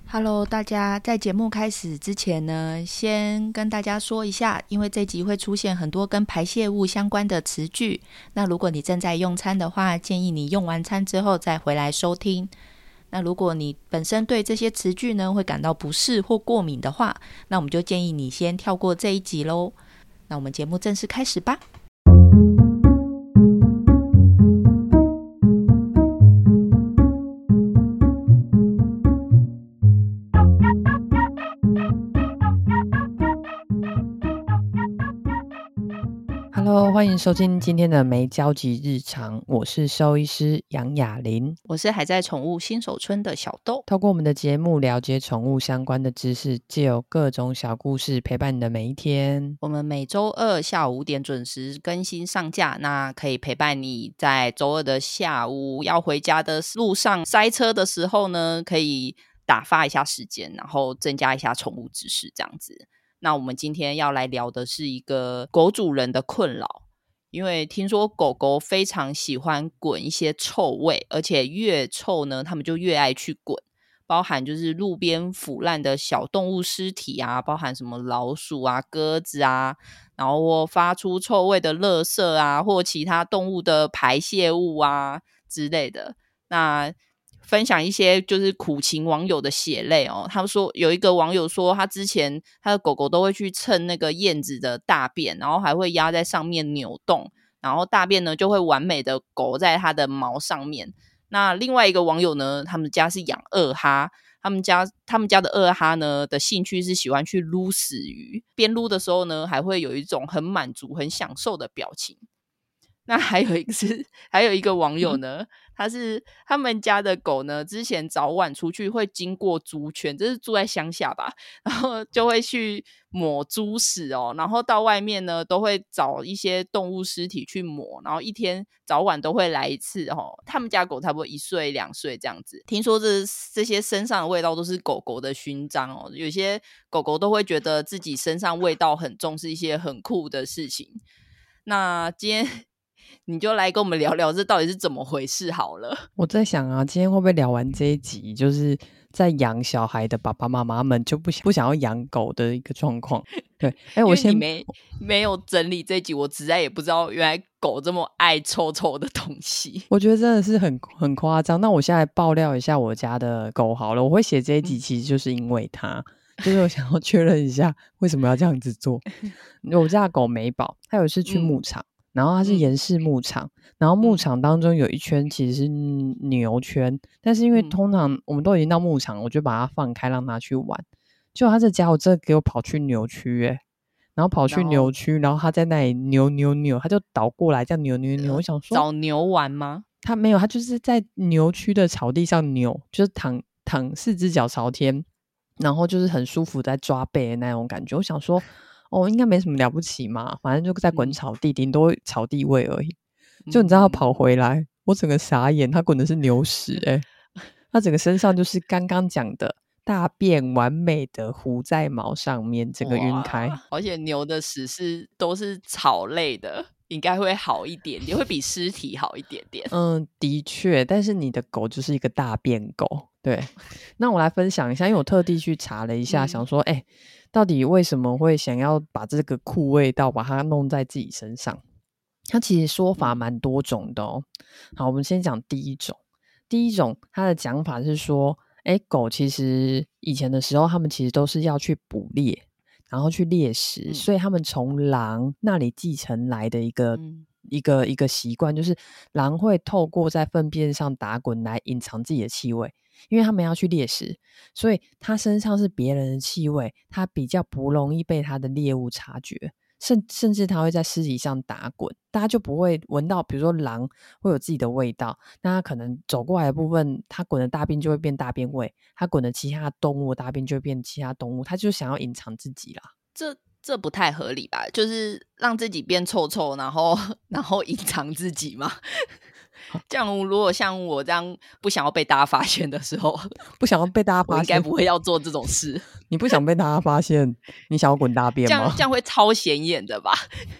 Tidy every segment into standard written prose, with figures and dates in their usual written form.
Hello，大家，在节目开始之前呢，先跟大家说一下，因为这集会出现很多跟排泄物相关的词句，那如果你正在用餐的话，建议你用完餐之后再回来收听。那如果你本身对这些词句呢会感到不适或过敏的话，那我们就建议你先跳过这一集咯。那我们节目正式开始吧。 Hello， 欢迎收听今天的没交集日常，我是兽医师杨雅琳， 我是还在宠物新手村的小豆。 透过我们的节目了解宠物相关的知识，藉由各种小故事陪伴你的每一天。 我们每周二下午5点准时更新上架，那可以陪伴你在周二的下午要回家的路上塞车的时候呢，可以打发一下时间，然后增加一下宠物知识这样子。那我们今天要来聊的是一个狗主人的困扰，因为听说狗狗非常喜欢滚一些臭味，而且越臭呢，它们就越爱去滚，包含就是路边腐烂的小动物尸体啊，包含什么老鼠啊、鸽子啊，然后或发出臭味的垃圾啊，或其他动物的排泄物啊之类的。那分享一些就是苦情网友的血泪哦。他们说有一个网友说，他之前他的狗狗都会去蹭那个燕子的大便，然后还会压在上面扭动，然后大便呢就会完美的勾在它的毛上面。那另外一个网友呢，他们家是养二哈，他们家的二哈呢的兴趣是喜欢去撸死鱼，边撸的时候呢还会有一种很满足很享受的表情。那还有一个网友呢，他们家的狗呢，之前早晚出去会经过猪圈，这是住在乡下吧，然后就会去抹猪屎哦，然后到外面呢都会找一些动物尸体去抹，然后一天早晚都会来一次哦。他们家狗差不多1岁2岁这样子，听说这些身上的味道都是狗狗的勋章哦，有些狗狗都会觉得自己身上味道很重，是一些很酷的事情。那今天你就来跟我们聊聊这到底是怎么回事好了。 我在想啊，今天会不会聊完这一集，就是在养小孩的爸爸妈妈们就不想要养狗的一个状况。对，我先你没有整理这一集，我实在也不知道原来狗这么爱臭臭的东西。 我觉得真的是很夸张。那我现在爆料一下我家的狗好了，我会写这一集其实就是因为它。就是我想要确认一下为什么要这样子做。我家的狗美宝，它有一次去牧场，然后它是严氏牧场，然后牧场当中有一圈其实是牛圈，但是因为通常我们都已经到牧场，我就把它放开让它去玩。结果它这家伙真的给我跑去牛区然后跑去牛区，然后它在那里扭，它就倒过来这样扭。我想说找牛玩吗？ 它没有，它就是在牛区的草地上扭，就是躺4只脚朝天，然后就是很舒服在抓背的那种感觉。我想说应该没什么了不起嘛，反正就在滚草地，顶多草地味而已。就你知道他跑回来，我整个傻眼，他滚的是牛屎他整个身上就是刚刚讲的大便完美的糊在毛上面，整个晕开。 而且牛的屎都是草类的，应该会好一点点，会比尸体好一点点。 的确，但是你的狗就是一个大便狗。对，那我来分享一下，因为我特地去查了一下，想说到底为什么会想要把这个酷味道把它弄在自己身上。它其实说法蛮多种的哦。好，我们先讲第一种它的讲法是说狗其实以前的时候他们其实都是要去捕猎，然后去猎食，所以他们从狼那里继承来的一个习惯，就是狼会透过在粪便上打滚来隐藏自己的气味，因为他们要去猎食，所以他身上是别人的气味，他比较不容易被他的猎物察觉，甚至他会在尸体上打滚，大家就不会闻到，比如说狼会有自己的味道，那他可能走过来的部分，他滚的大便就会变大便味，他滚的其他动物的大便就会变其他动物，他就想要隐藏自己啦。 这不太合理吧？就是让自己变臭臭，然后隐藏自己吗？这样如果像我这样不想要被大家发现的时候， 不想要被大家发现， 我应该不会要做这种事。 你不想被大家发现你想要滚大便吗？ 这样会超显眼的吧？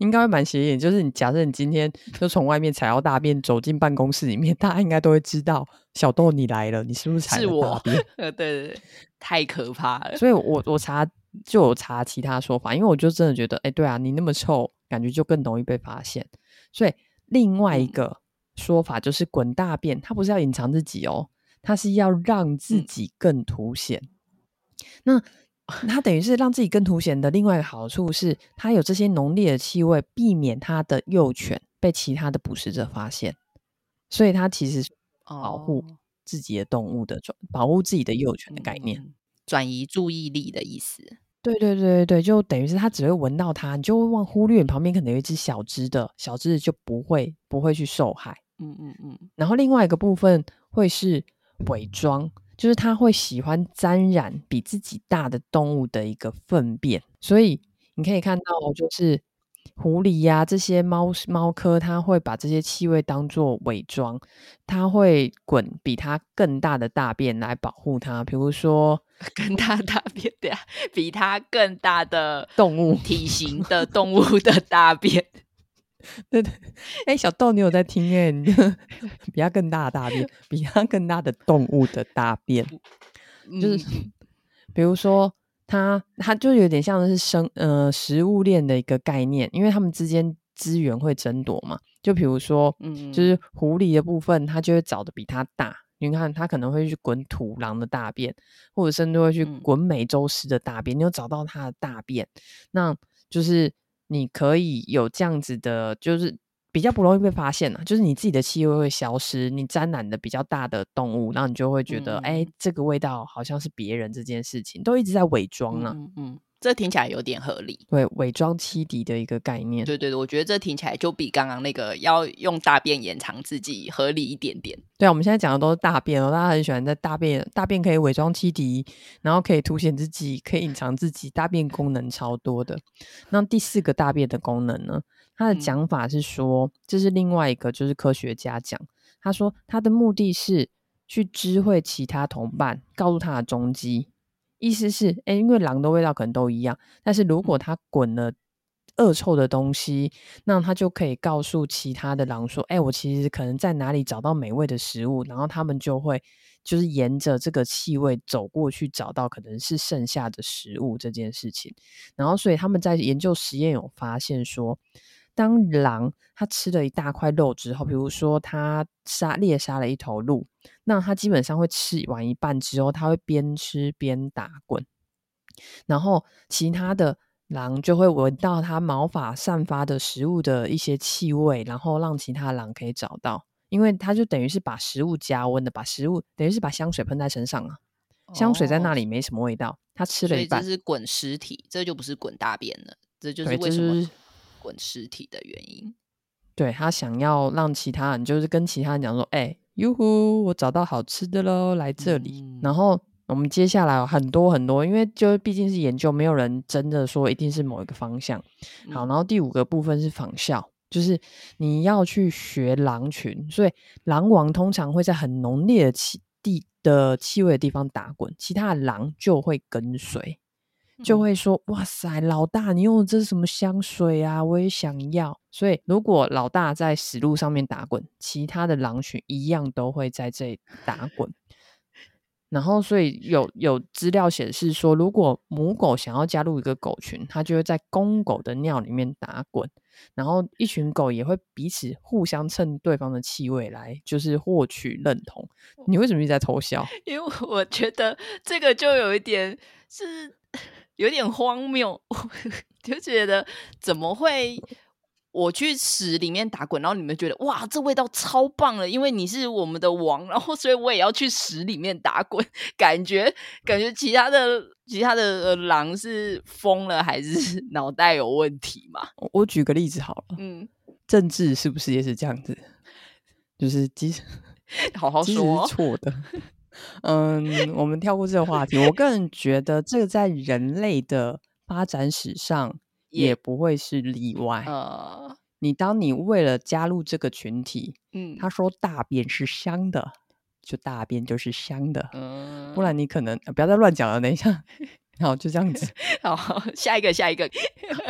应该会蛮显眼，就是你假设你今天就从外面踩到大便走进办公室里面，大家应该都会知道小豆你来了，你是不是踩了大便？ 对对对，太可怕了。 所以我就有查其他说法，因为我就真的觉得对啊，你那么臭，感觉就更容易被发现。所以另外一个说法就是滚大便，它不是要隐藏自己哦，它是要让自己更凸显。那它等于是让自己更凸显的另外一个好处是，它有这些浓烈的气味，避免它的幼犬被其他的捕食者发现，所以它其实是保护自己的动物的，保护自己的幼犬的概念， 转移注意力的意思。 对对对对，就等于是它只会闻到它，你就会忽略你旁边可能有一只小只的就不会去受害。然后另外一个部分会是伪装，就是它会喜欢沾染比自己大的动物的一个粪便，所以你可以看到就是狐狸呀这些猫科，它会把这些气味当作伪装，它会滚比它更大的大便来保护它，比如说更大大便的比它更大的动物体型的动物的大便。 对对，小豆你有在听比它更大的大便，比它更大的动物的大便，就是比如说它就有点像是食物链的一个概念，因为它们之间资源会争夺嘛，就比如说就是狐狸的部分，它就会找的比它大，你看它可能会去滚土狼的大便，或者甚至会去滚美洲狮的大便，你有找到它的大便，那就是你可以有这样子的，就是比较不容易被发现啊，就是你自己的气味会消失，你沾染的比较大的动物，然后你就会觉得这个味道好像是别人，这件事情都一直在伪装啊。 这听起来有点合理。 对，伪装欺敌的一个概念。 对对对，我觉得这听起来就比刚刚那个要用大便掩藏自己合理一点点。 对啊，我们现在讲的都是大便哦，大家很喜欢在大便可以伪装欺敌，然后可以凸显自己，可以隐藏自己，大便功能超多的。那第4个大便的功能呢，他的讲法是说，这是另外一个就是科学家讲，他说他的目的是去知会其他同伴，告诉他的踪迹。意思是因为狼的味道可能都一样，但是如果它滚了恶臭的东西，那它就可以告诉其他的狼说我其实可能在哪里找到美味的食物，然后他们就会就是沿着这个气味走过去，找到可能是剩下的食物这件事情。然后所以他们在研究实验有发现说，当狼它吃了一大块肉之后，比如说它猎杀了一头鹿，那它基本上会吃完一半之后，它会边吃边打滚，然后其他的狼就会闻到它毛发散发的食物的一些气味，然后让其他狼可以找到，因为它就等于是把食物加温的，把食物等于是把香水喷在身上啊，香水在那里没什么味道，它吃了一半， 所以这是滚尸体，这就不是滚大便了，这就是为什么滚尸体的原因。 对，他想要让其他人就是跟其他人讲说哟呼，我找到好吃的咯，来这里。然后我们接下来有很多很多，因为就毕竟是研究，没有人真的说一定是某一个方向。好，然后第5个部分是仿效，就是你要去学狼群，所以狼王通常会在很浓烈的气味的地方打滚，其他的狼就会跟随，就会说哇塞，老大你用的这是什么香水啊，我也想要。所以如果老大在死路上面打滚，其他的狼群一样都会在这里打滚。然后所以有资料显示说，如果母狗想要加入一个狗群，它就会在公狗的尿里面打滚，然后一群狗也会彼此互相蹭对方的气味来就是获取认同。你为什么一直在偷笑？ 因为我觉得这个就有一点是有点荒谬，就觉得怎么会我去屎里面打滚，然后你们觉得哇这味道超棒了，因为你是我们的王，然后所以我也要去屎里面打滚，感觉其他的狼是疯了还是脑袋有问题嘛？ 我举个例子好了，政治是不是也是这样子？就是好好说， 是错的。我们跳过这个话题。我个人觉得这个在人类的发展史上也不会是例外。当你为了加入这个群体，他说大便是香的，就大便就是香的，不然你可能不要再乱讲了，等一下。好，就这样子。 好，下一个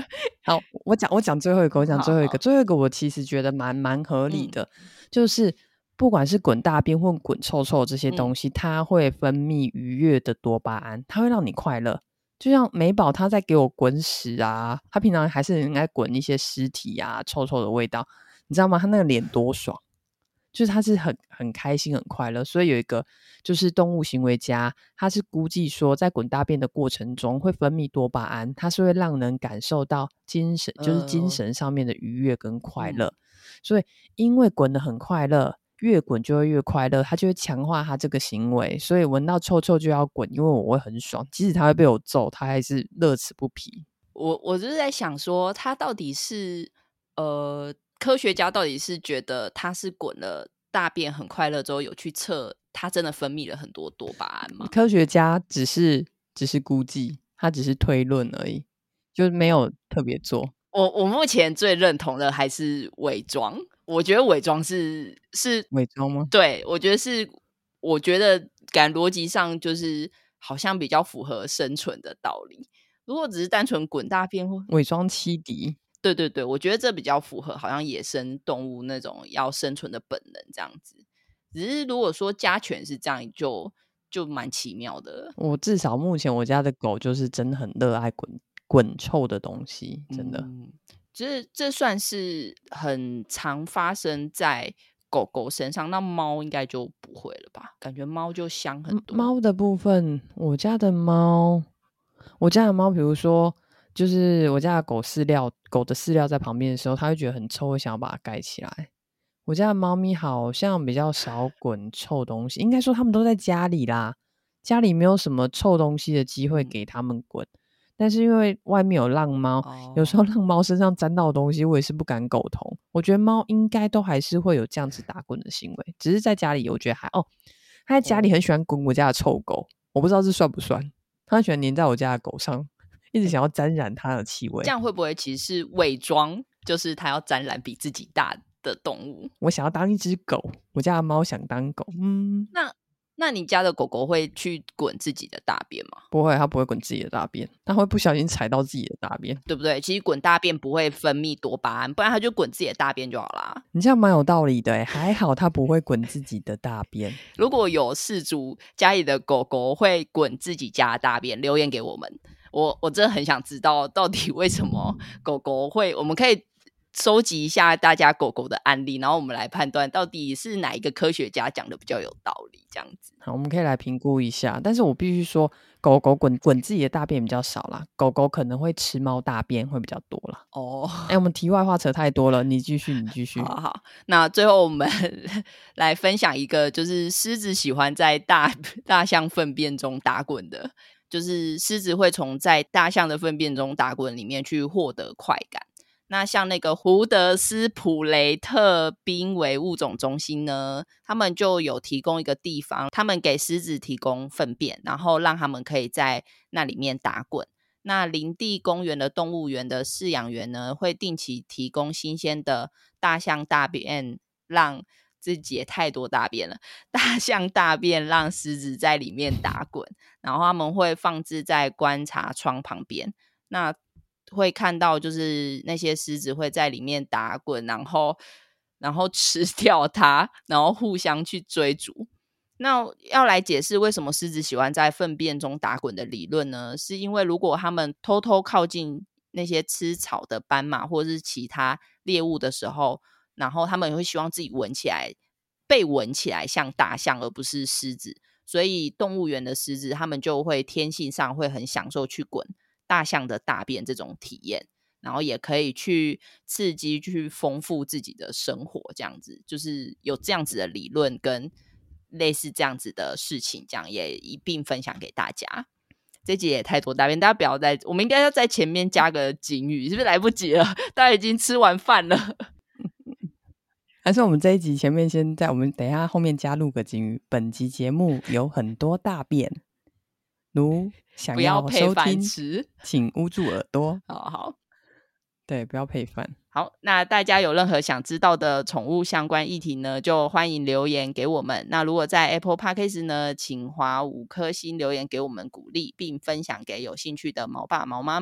好，我讲最后一个，最后一个我其实觉得蛮合理的，就是不管是滚大便或滚臭臭这些东西，它会分泌愉悦的多巴胺，它会让你快乐。就像美宝他在给我滚屎啊，他平常还是应该滚一些尸体啊，臭臭的味道，你知道吗？他那个脸多爽，就是他是很开心很快乐。所以有一个就是动物行为家，他是估计说在滚大便的过程中会分泌多巴胺，它是会让人感受到精神，就是精神上面的愉悦跟快乐。所以因为滚得很快乐，越滚就会越快乐，他就会强化他这个行为。所以闻到臭臭就要滚，因为我会很爽，即使他会被我揍，他还是乐此不疲。 我就是在想说，他到底是科学家到底是觉得他是滚了大便很快乐之后有去测他真的分泌了很多多巴胺吗？ 科学家只是估计，他只是推论而已，就没有特别做。 我目前最认同的还是伪装，我觉得伪装是伪装吗？ 对，我觉得感逻辑上就是好像比较符合生存的道理。如果只是单纯滚大便或伪装欺敌， 对对对，我觉得这比较符合好像野生动物那种要生存的本能这样子。只是如果说家犬是这样，就蛮奇妙的。 我至少目前我家的狗就是真的很热爱滚臭的东西，真的。 这算是很常发生在狗狗身上，那猫应该就不会了吧？感觉猫就香很多。 猫的部分，我家的猫，比如说，就是我家的狗的饲料在旁边的时候，它会觉得很臭，会想要把它盖起来。我家的猫咪好像比较少滚臭东西，应该说它们都在家里啦，家里没有什么臭东西的机会给它们滚。但是因为外面有浪猫，有时候浪猫身上沾到的东西，我也是不敢苟同。我觉得猫应该都还是会有这样子打滚的行为，只是在家里我觉得它在家里很喜欢滚我家的臭狗，我不知道这算不算。它很喜欢黏在我家的狗上，一直想要沾染它的气味。 这样会不会其实是伪装，就是它要沾染比自己大的动物？ 我想要当一只狗，我家的猫想当狗。 那你家的狗狗会去滚自己的大便吗？ 不会，它不会滚自己的大便，它会不小心踩到自己的大便， 对不对？其实滚大便不会分泌多巴胺，不然它就滚自己的大便就好啦。 你这样蛮有道理的耶，还好它不会滚自己的大便。 如果有饲主家里的狗狗会滚自己家的大便，留言给我们。我真的很想知道到底为什么狗狗会，我们可以收集一下大家狗狗的案例，然后我们来判断到底是哪一个科学家讲的比较有道理这样子。 好，我们可以来评估一下。但是我必须说，狗狗滚自己的大便比较少啦，狗狗可能会吃猫大便会比较多啦。我们题外话扯太多了，你继续。 好，那最后我们来分享一个，就是狮子喜欢在大象粪便中打滚的，就是狮子会从在大象的粪便中打滚里面去获得快感。那像那个胡德斯普雷特濒危物种中心呢，他们就有提供一个地方，他们给狮子提供粪便，然后让他们可以在那里面打滚。那林地公园的动物园的饲养员呢，会定期提供新鲜的大象大便，让自己也太多大便了，大象大便让狮子在里面打滚，然后他们会放置在观察窗旁边。那会看到就是那些狮子会在里面打滚，然后吃掉它，然后互相去追逐。那要来解释为什么狮子喜欢在粪便中打滚的理论呢？是因为如果他们偷偷靠近那些吃草的斑马或者是其他猎物的时候，然后他们会希望自己被闻起来像大象而不是狮子，所以动物园的狮子他们就会天性上会很享受去滚大象的大便这种体验，然后也可以去刺激去丰富自己的生活，这样子就是有这样子的理论跟类似这样子的事情，这样也一并分享给大家。这集也太多大便，大家不要再，我们应该要在前面加个警语，是不是来不及了？大家已经吃完饭了。 还是我们这一集前面先在我们等一下后面加入个警语，本集节目有很多大便，如想要收听请捂住耳朵。 好， 对，不要配饭。 好，那大家有任何想知道的宠物相关议题呢，就欢迎留言给我们。那如果在 Apple Podcast 呢，请划5颗星留言给我们鼓励，并分享给有兴趣的毛爸毛妈们。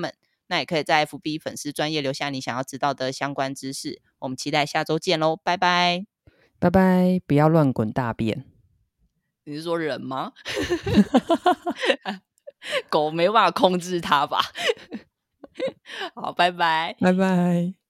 那也可以在 FB 粉丝专页留下你想要知道的相关知识。我们期待下周见咯，拜拜。 拜拜，不要乱滚大便。 你是说人吗？狗没有办法控制它吧？好，拜拜。 拜拜。